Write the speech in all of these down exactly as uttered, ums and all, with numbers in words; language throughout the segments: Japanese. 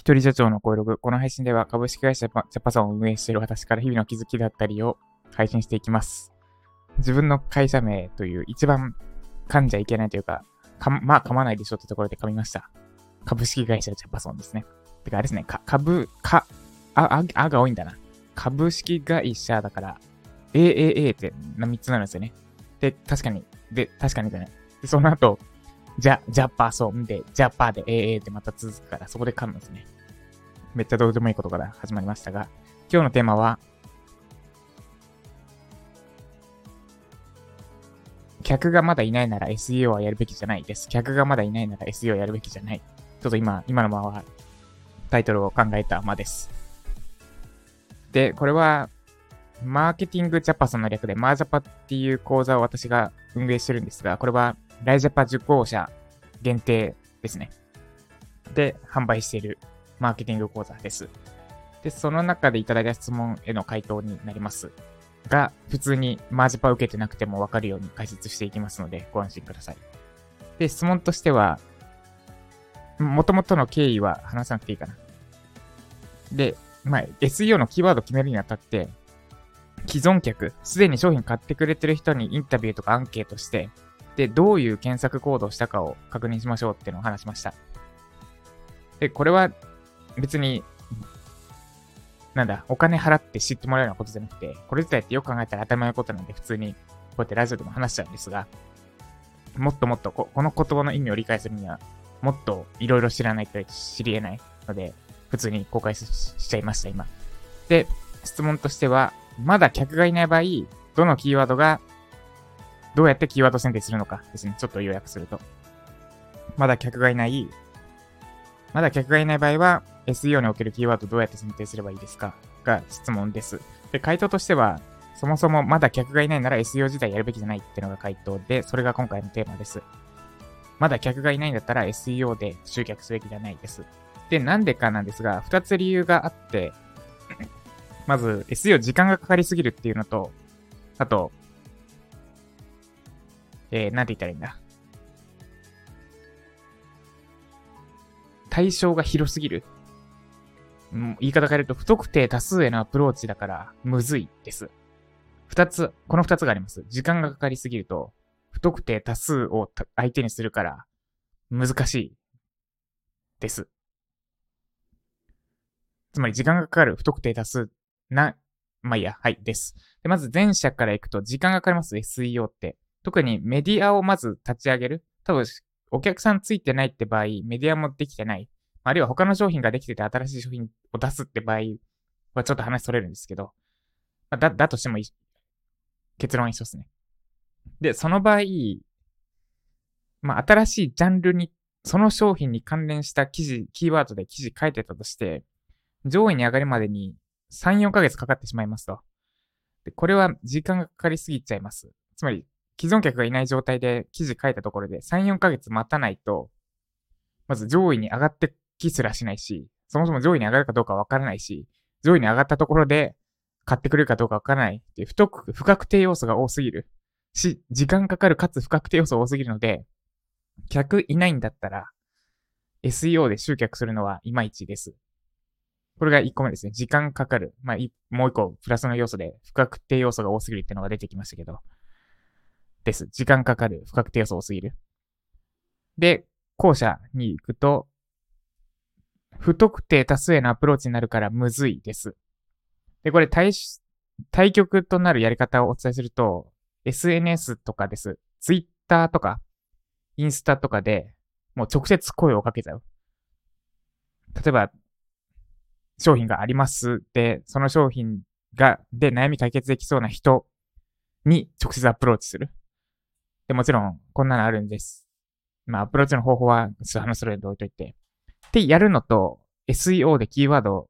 一人社長の声ログ。この配信では株式会社ジャパソンを運営している私から日々の気づきだったりを配信していきます。自分の会社名という一番噛んじゃいけないというか、かまあ噛まないでしょってところで噛みました。株式会社ジャパソンですね。てかあれですね、か株、か、あ、あ、あが多いんだな。株式会社だから、エーエーエー ってみっつなるんですよね。で、確かに、で、確かにじゃない。で、その後、ジャ、ジャパソンで、ジャパで エーエー ってまた続くから、そこで噛むんですね。めっちゃどうでもいいことから始まりましたが、今日のテーマは、客がまだいないなら エスイーオー はやるべきじゃないです。客がまだいないなら エスイーオー やるべきじゃない。ちょっと今、今のままタイトルを考えたまです。で、これは、マーケティングジャパソンの略で、マージャパっていう講座を私が運営してるんですが、これは、ライジャパ受講者限定ですね。で、販売しているマーケティング講座です。で、その中でいただいた質問への回答になりますが、普通にマージャパ受けてなくてもわかるように解説していきますので、ご安心ください。で、質問としては、元々の経緯は話さなくていいかな。で、まあ、エスイーオー のキーワードを決めるにあたって、既存客、すでに商品買ってくれてる人にインタビューとかアンケートして、で、どういう検索行動をしたかを確認しましょうっていうのを話しました。で、これは別に、なんだ、お金払って知ってもらうようなことじゃなくて、これ自体ってよく考えたら当たり前のことなんで普通にこうやってラジオでも話しちゃうんですが、もっともっと こ, この言葉の意味を理解するには、もっといろいろ知らないと知り得ないので、普通に公開 し, しちゃいました、今。で、質問としては、まだ客がいない場合、どのキーワードがどうやってキーワード選定するのかですね。ちょっと要約すると。まだ客がいない、まだ客がいない場合は、エスイーオー におけるキーワードどうやって選定すればいいですかが質問です。で、回答としては、そもそもまだ客がいないなら エスイーオー 自体やるべきじゃないっていうのが回答で、それが今回のテーマです。まだ客がいないんだったら エスイーオー で集客すべきじゃないです。で、なんでかなんですが、二つ理由があって、まず エスイーオー 時間がかかりすぎるっていうのと、あと、えー、なんて言ったらいいんだ。対象が広すぎる。言い方変えると、不特定多数へのアプローチだから、むずいです。二つ、この二つがあります。時間がかかりすぎると、不特定多数を相手にするから、難しいです。つまり、時間がかかる不特定多数な、まあいいや、はい、です。で、まず前者から行くと、時間がかかります、エスイーオー って。特にメディアをまず立ち上げる。多分、お客さんついてないって場合、メディアもできてない。あるいは他の商品ができてて新しい商品を出すって場合はちょっと話取れるんですけど、まあ、だ、だとしてもいい。結論一緒ですね。で、その場合、まあ、新しいジャンルに、その商品に関連した記事、キーワードで記事書いてたとして、上位に上がるまでにさん、よんかげつかかってしまいますと。で、これは時間がかかりすぎちゃいます。つまり、既存客がいない状態で記事書いたところでさん、よんかげつ待たないと、まず上位に上がってきすらしないし、そもそも上位に上がるかどうかわからないし、上位に上がったところで買ってくれるかどうかわからないっていう不特不確定要素が多すぎるし、時間かかるかつ不確定要素が多すぎるので、客いないんだったら エスイーオー で集客するのはいまいちです。これがいっこめですね。時間かかる。まあ、もういっこプラスの要素で不確定要素が多すぎるっていうのが出てきましたけど。です。時間かかる。不確定要素多すぎる。で、後者に行くと、不特定多数へのアプローチになるからむずいです。で、これ対、対極となるやり方をお伝えすると、エスエヌエス とかです。Twitter とか、インスタとかで、もう直接声をかけちゃう。例えば、商品がありますで、その商品が、で悩み解決できそうな人に直接アプローチする。で、もちろん、こんなのあるんです。まあ、アプローチの方法は、ちょっと話するで置いといて。ってやるのと、エスイーオー でキーワード、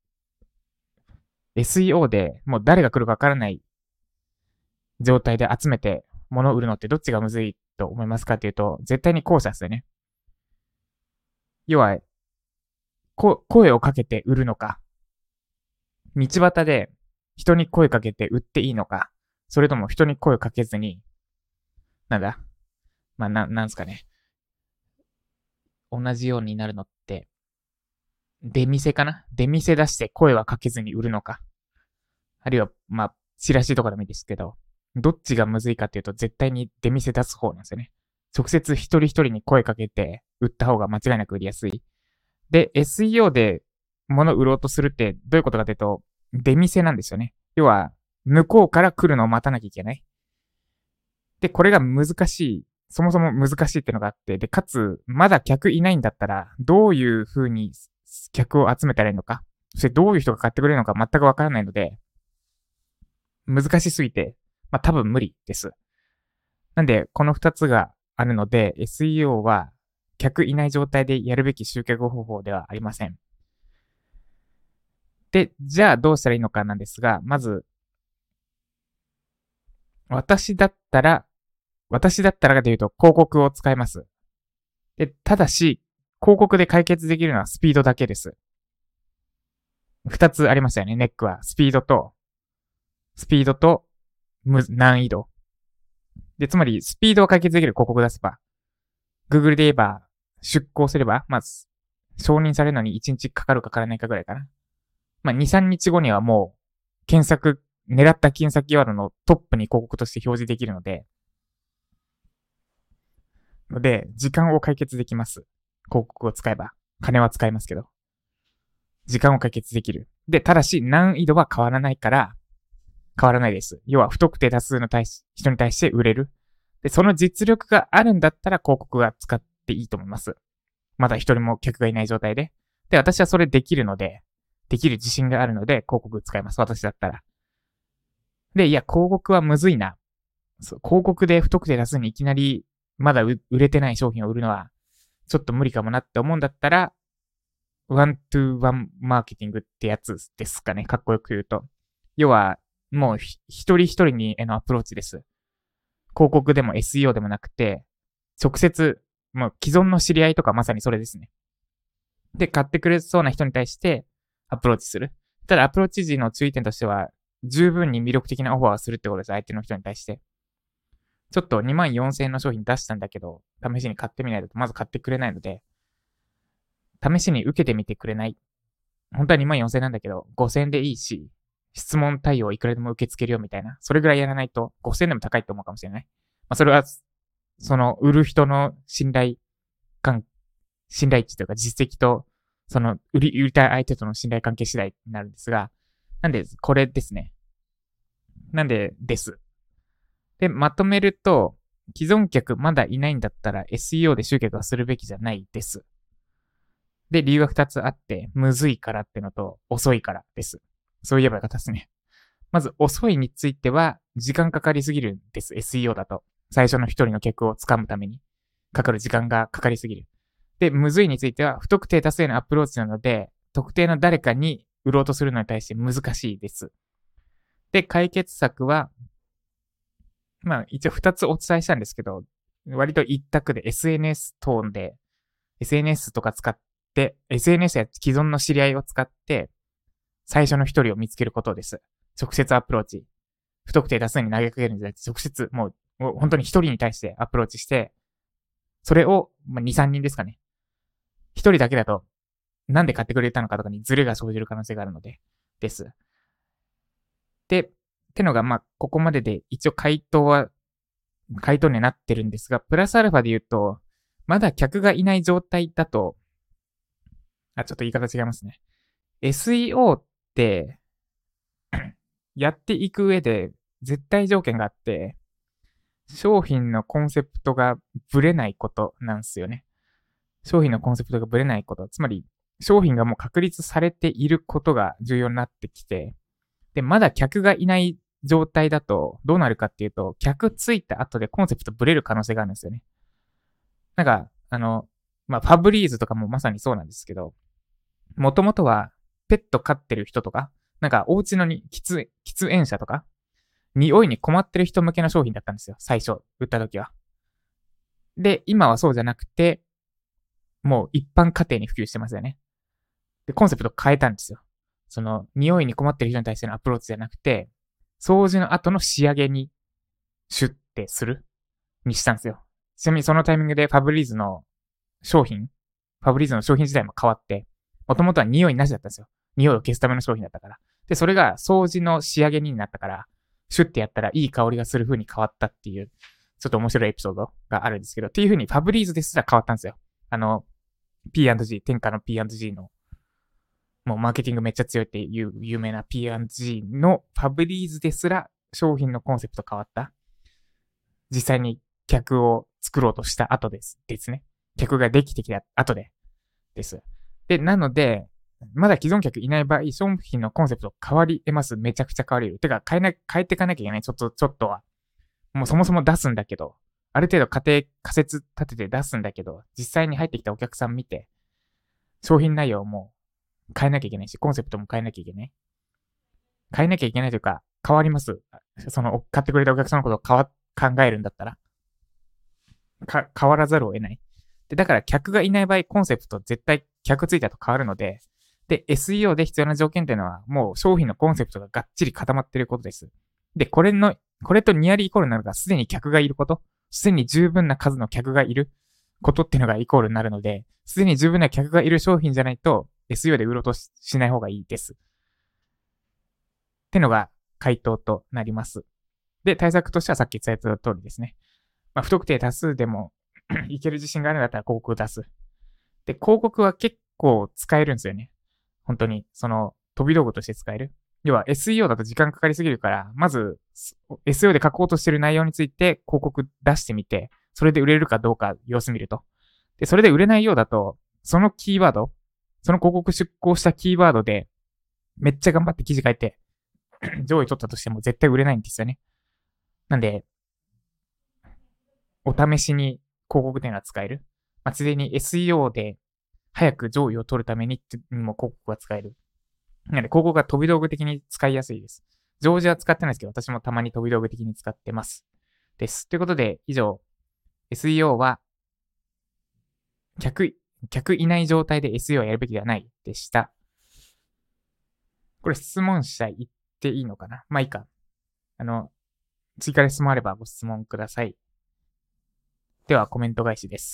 エスイーオー でもう誰が来るかわからない状態で集めて物を売るのってどっちがむずいと思いますかっていうと、絶対に後者ですよね。要は、こ声をかけて売るのか、道端で人に声かけて売っていいのか、それとも人に声かけずに、なんだまあ、な、なんすかね。同じようになるのって、 出店かな出店出して声はかけずに売るのか。あるいは、まあ、チラシとかでもいいですけど、どっちがむずいかっていうと、絶対に出店出す方なんですよね。直接一人一人に声かけて売った方が間違いなく売りやすい。で、エスイーオー で物を売ろうとするってどういうことかというと、出店なんですよね。要は、向こうから来るのを待たなきゃいけない。で、これが難しい。そもそも難しいってのがあって、で、かつ、まだ客いないんだったら、どういう風に客を集めたらいいのか、そしてどういう人が買ってくれるのか全くわからないので、難しすぎて、まあ多分無理です。なんで、この二つがあるので、エスイーオー は客いない状態でやるべき集客方法ではありません。で、じゃあどうしたらいいのかなんですが、まず、私だったら、私だったらで言うと広告を使います。で、ただし、広告で解決できるのはスピードだけです。二つありましたよね、ネックは。スピードと、スピードと、難易度。で、つまり、スピードを解決できる広告出せば、Google で言えば、出稿すれば、まず、承認されるのにいちにちかかるかからないかぐらいかな。まあ、に、さんにちごにはもう、検索、狙った検索キーワードのトップに広告として表示できるので、ので、時間を解決できます。広告を使えば。金は使いますけど。時間を解決できる。で、ただし難易度は変わらないから、変わらないです。要は不特定多数の対し人に対して売れる。で、その実力があるんだったら広告は使っていいと思います。まだ一人も客がいない状態で。で、私はそれできるので、できる自信があるので広告使います。私だったら。で、いや、広告はむずいな。そう、広告で不特定多数にいきなりまだ売れてない商品を売るのはちょっと無理かもなって思うんだったら、ワントゥーワンマーケティングってやつですかね。かっこよく言うと。要は、もう一人一人にへのアプローチです。広告でも エスイーオー でもなくて、直接、もう既存の知り合いとかまさにそれですね。で、買ってくれそうな人に対してアプローチする。ただアプローチ時の注意点としては、十分に魅力的なオファーをするってことです。相手の人に対して。ちょっとにまんよんせんえんの商品出したんだけど、試しに買ってみないとまず買ってくれないので、試しに受けてみてくれない。本当はにまんよんせんえんなんだけど、ごせんえんでいいし、質問対応いくらでも受け付けるよみたいな。それぐらいやらないとごせんえんでも高いと思うかもしれない。まあ、それは、その、売る人の信頼感、信頼値というか実績と、その、売り、売りたい相手との信頼関係次第になるんですが、なんで、これですね。なんで、です。で、まとめると、既存客まだいないんだったら エスイーオー で集客はするべきじゃないです。で、理由がふたつあって、むずいからってのと、遅いからです。そう言えばよかったですね。まず、遅いについては、時間かかりすぎるんです。エスイーオー だと。最初の一人の客を掴むために、かかる時間がかかりすぎる。で、むずいについては、不特定多数へのアプローチなので、特定の誰かに売ろうとするのに対して難しいです。で、解決策は、まあ、一応二つお伝えしたんですけど、割と一択で エスエヌエス トーンで、エスエヌエス とか使って、エスエヌエス や既存の知り合いを使って、最初の一人を見つけることです。直接アプローチ。不特定多数に投げかけるんじゃなくて、直接、もう、もう本当に一人に対してアプローチして、それを、まあ、に、さんにんですかね。一人だけだと、なんで買ってくれたのかとかにズレが生じる可能性があるので、です。で、ってのが、まあ、ここまでで一応回答は、回答になってるんですが、プラスアルファで言うと、まだ客がいない状態だと、あ、ちょっと言い方違いますね。エスイーオー って、やっていく上で絶対条件があって、商品のコンセプトがブレないことなんですよね。商品のコンセプトがブレないこと。つまり、商品がもう確立されていることが重要になってきて、で、まだ客がいない状態だとどうなるかっていうと、客ついた後でコンセプトブレる可能性があるんですよね。なんか、あの、まあ、ファブリーズとかもまさにそうなんですけど、もともとはペット飼ってる人とか、なんかお家のに喫喫煙者とか、匂いに困ってる人向けの商品だったんですよ。最初、売った時は。で、今はそうじゃなくて、もう一般家庭に普及してますよね。で、コンセプト変えたんですよ。その、匂いに困ってる人に対してのアプローチじゃなくて、掃除の後の仕上げに、シュッてするにしたんですよ。ちなみにそのタイミングでファブリーズの商品、ファブリーズの商品自体も変わって、 もともとは匂いなしだったんですよ。匂いを消すための商品だったから。で、それが掃除の仕上げになったから、シュッてやったらいい香りがする風に変わったっていう、ちょっと面白いエピソードがあるんですけど、っていう風にファブリーズですら変わったんですよ。あの、ピーアンドジー、天下の ピーアンドジー の、もうマーケティングめっちゃ強いっていう有名な ピーアンドジー のファブリーズですら商品のコンセプト変わった。実際に客を作ろうとした後です。ですね。客ができてきた後で。です。で、なので、まだ既存客いない場合、商品のコンセプト変わり得ます。めちゃくちゃ変わり得る。てか、変えな、変えていかなきゃいけない。ちょっと、ちょっとは。もうそもそも出すんだけど、ある程度仮定、仮説立てて出すんだけど、実際に入ってきたお客さん見て、商品内容も変えなきゃいけないし、コンセプトも変えなきゃいけない。変えなきゃいけないというか、変わります。その、買ってくれたお客さんのことを変わ、考えるんだったら。か、変わらざるを得ない。で、だから客がいない場合、コンセプト絶対客ついたと変わるので、で、エスイーオー で必要な条件っていうのは、もう商品のコンセプトががっちり固まっていることです。で、これの、これとニアリーイコールになるのが、すでに客がいること、すでに十分な数の客がいることっていうのがイコールになるので、すでに十分な客がいる商品じゃないと、エスイーオー で売ろうと し, しない方がいいです。ってのが回答となります。で、対策としてはさっき伝えた通りですね。まあ、不特定多数でもいける自信があるんだったら広告を出す。で、広告は結構使えるんですよね。本当に、その、飛び道具として使える。要は エスイーオー だと時間かかりすぎるから、まず エスイーオー で書こうとしてる内容について広告出してみて、それで売れるかどうか様子見ると。で、それで売れないようだと、そのキーワード、その広告出稿したキーワードで、めっちゃ頑張って記事書いて、上位取ったとしても絶対売れないんですよね。なんで、お試しに広告っていうのは使える。まあ、ついでに エスイーオー で早く上位を取るためにも広告が使える。なので、広告が飛び道具的に使いやすいです。常時は使ってないですけど、私もたまに飛び道具的に使ってます。です。ということで、以上、エスイーオー は、客、客いない状態で エスイーオー をやるべきではないでした。これ質問者言っていいのかな？まあいいか。あの、追加で質問あればご質問ください。では、コメント返しです。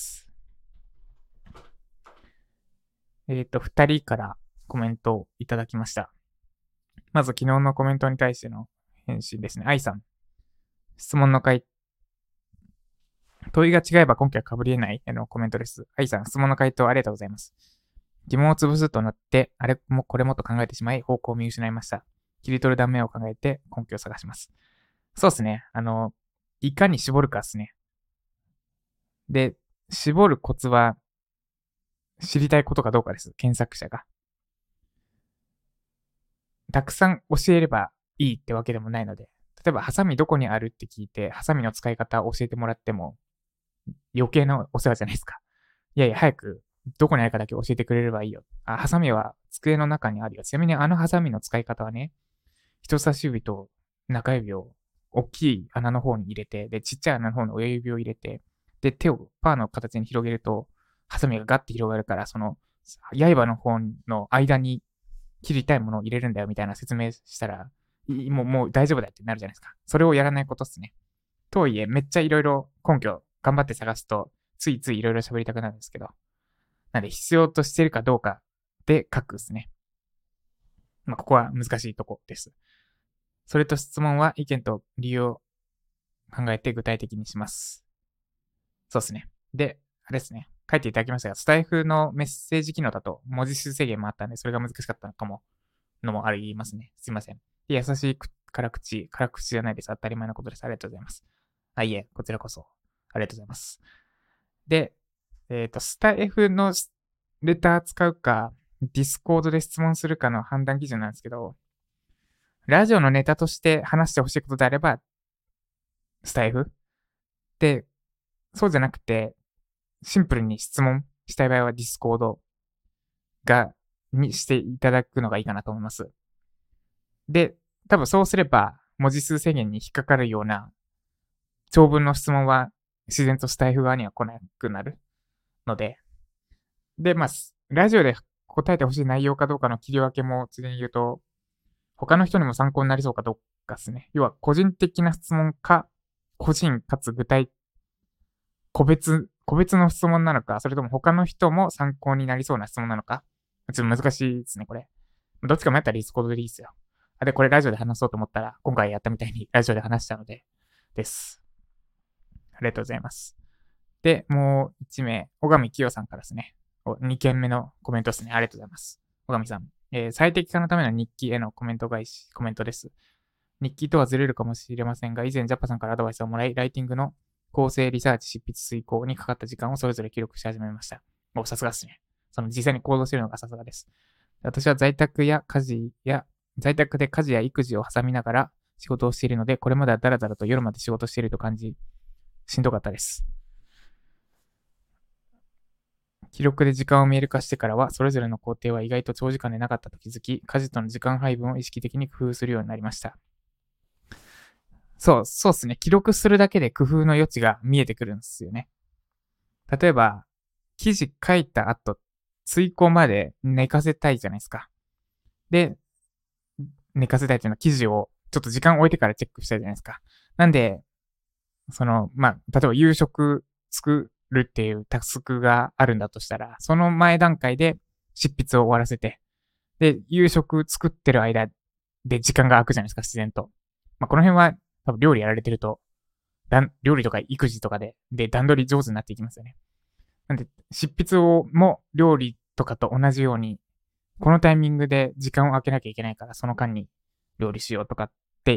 えっと、二人からコメントをいただきました。まず昨日のコメントに対しての返信ですね。愛さん。質問の回、問いが違えば根拠は被り得ないへのコメントです。愛さん、質問の回答ありがとうございます。疑問を潰すとなって、あれもこれもと考えてしまい、方向を見失いました。切り取る断面を考えて根拠を探します。そうですね。あの、いかに絞るかですね。で、絞るコツは、知りたいことかどうかです。検索者が。たくさん教えればいいってわけでもないので、例えば、ハサミどこにあるって聞いて、ハサミの使い方を教えてもらっても、余計なお世話じゃないですか。いやいや、早く、どこにあるかだけ教えてくれればいいよ。あ、ハサミは机の中にあるよ。ちなみにあのハサミの使い方はね、人差し指と中指を大きい穴の方に入れて、で、ちっちゃい穴の方に親指を入れて、で、手をパーの形に広げると、ハサミがガッて広がるから、その、刃の方の間に切りたいものを入れるんだよみたいな説明したら、もう、もう大丈夫だよってなるじゃないですか。それをやらないことっすね。とはいえ、めっちゃいろいろ根拠頑張って探すと、ついついいろいろ喋りたくなるんですけど。なんで、必要としてるかどうかで書くですね。まあ、ここは難しいとこです。それと質問は意見と理由を考えて具体的にします。そうですね。で、あれですね。書いていただきましたが、スタイフのメッセージ機能だと文字数制限もあったんで、それが難しかったのかも、のもありますね。すいません。で、優しい辛口、辛口じゃないです。当たり前のことです。ありがとうございます。あ、いえ、こちらこそ。ありがとうございます。で、えっと、スタイフのレター使うか、ディスコードで質問するかの判断基準なんですけど、ラジオのネタとして話してほしいことであれば、スタイフで、そうじゃなくて、シンプルに質問したい場合はディスコードが、にしていただくのがいいかなと思います。で、多分そうすれば、文字数制限に引っかかるような長文の質問は自然とスタイフ側には来なくなるので、で、まあ、ラジオで答えてほしい内容かどうかの切り分けもついでに言うと、他の人にも参考になりそうかどうかですね。要は個人的な質問か、個人かつ具体、個別、個別の質問なのか、それとも他の人も参考になりそうな質問なのか、 ちょっと難しいですね、これ。どっちか迷ったらディスコードでいいですよ。あ、で、これラジオで話そうと思ったら、今回やったみたいにラジオで話したので、です。ありがとうございます。で、もう一名、小上清さんからですね。にけんめのコメントですね。ありがとうございます。小上さん。えー、最適化のための日記へのコメント返し、コメントです。日記とはずれるかもしれませんが、以前ジャッパさんからアドバイスをもらい、ライティングの構成、リサーチ、執筆、遂行にかかった時間をそれぞれ記録し始めました。お、さすがですね。その実際に行動しているのがさすがです。私は在宅や家事や、在宅で家事や育児を挟みながら仕事をしているので、これまではだらだらと夜まで仕事していると感じ、しんどかったです。記録で時間を見える化してからは、それぞれの工程は意外と長時間でなかったと気づき、家事との時間配分を意識的に工夫するようになりました。そう、そうですね。記録するだけで工夫の余地が見えてくるんですよね。例えば、記事書いた後、追考まで寝かせたいじゃないですか。で、寝かせたいというのは記事をちょっと時間を置いてからチェックしたいじゃないですか。なんで、その、まあ、例えば夕食作るっていうタスクがあるんだとしたら、その前段階で執筆を終わらせて、で、夕食作ってる間で時間が空くじゃないですか、自然と。まあ、この辺は多分料理やられてると、料理とか育児とかで、で、段取り上手になっていきますよね。なんで、執筆をも料理とかと同じように、このタイミングで時間を空けなきゃいけないから、その間に料理しようとかって、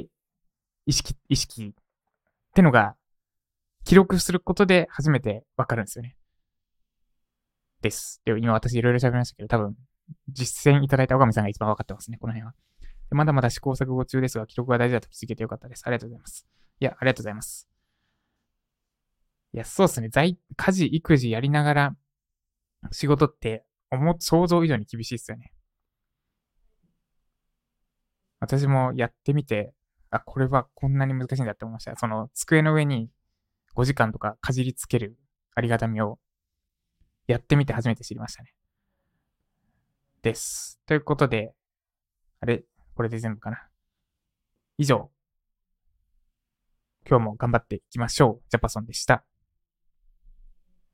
意識、意識ってのが、記録することで初めてわかるんですよね。です。で、今私いろいろ喋りましたけど、多分、実践いただいた小上さんが一番わかってますね、この辺は。まだまだ試行錯誤中ですが、記録が大事だと気づけてよかったです。ありがとうございます。いや、ありがとうございます。いや、そうですね。在、家事、育児やりながら仕事って思想像以上に厳しいですよね。私もやってみて、あ、これはこんなに難しいんだって思いました。その机の上にごじかんとかかじりつけるありがたみをやってみて初めて知りましたね。です。ということで、あれ、これで全部かな。以上、今日も頑張っていきましょう。ジャパソンでした。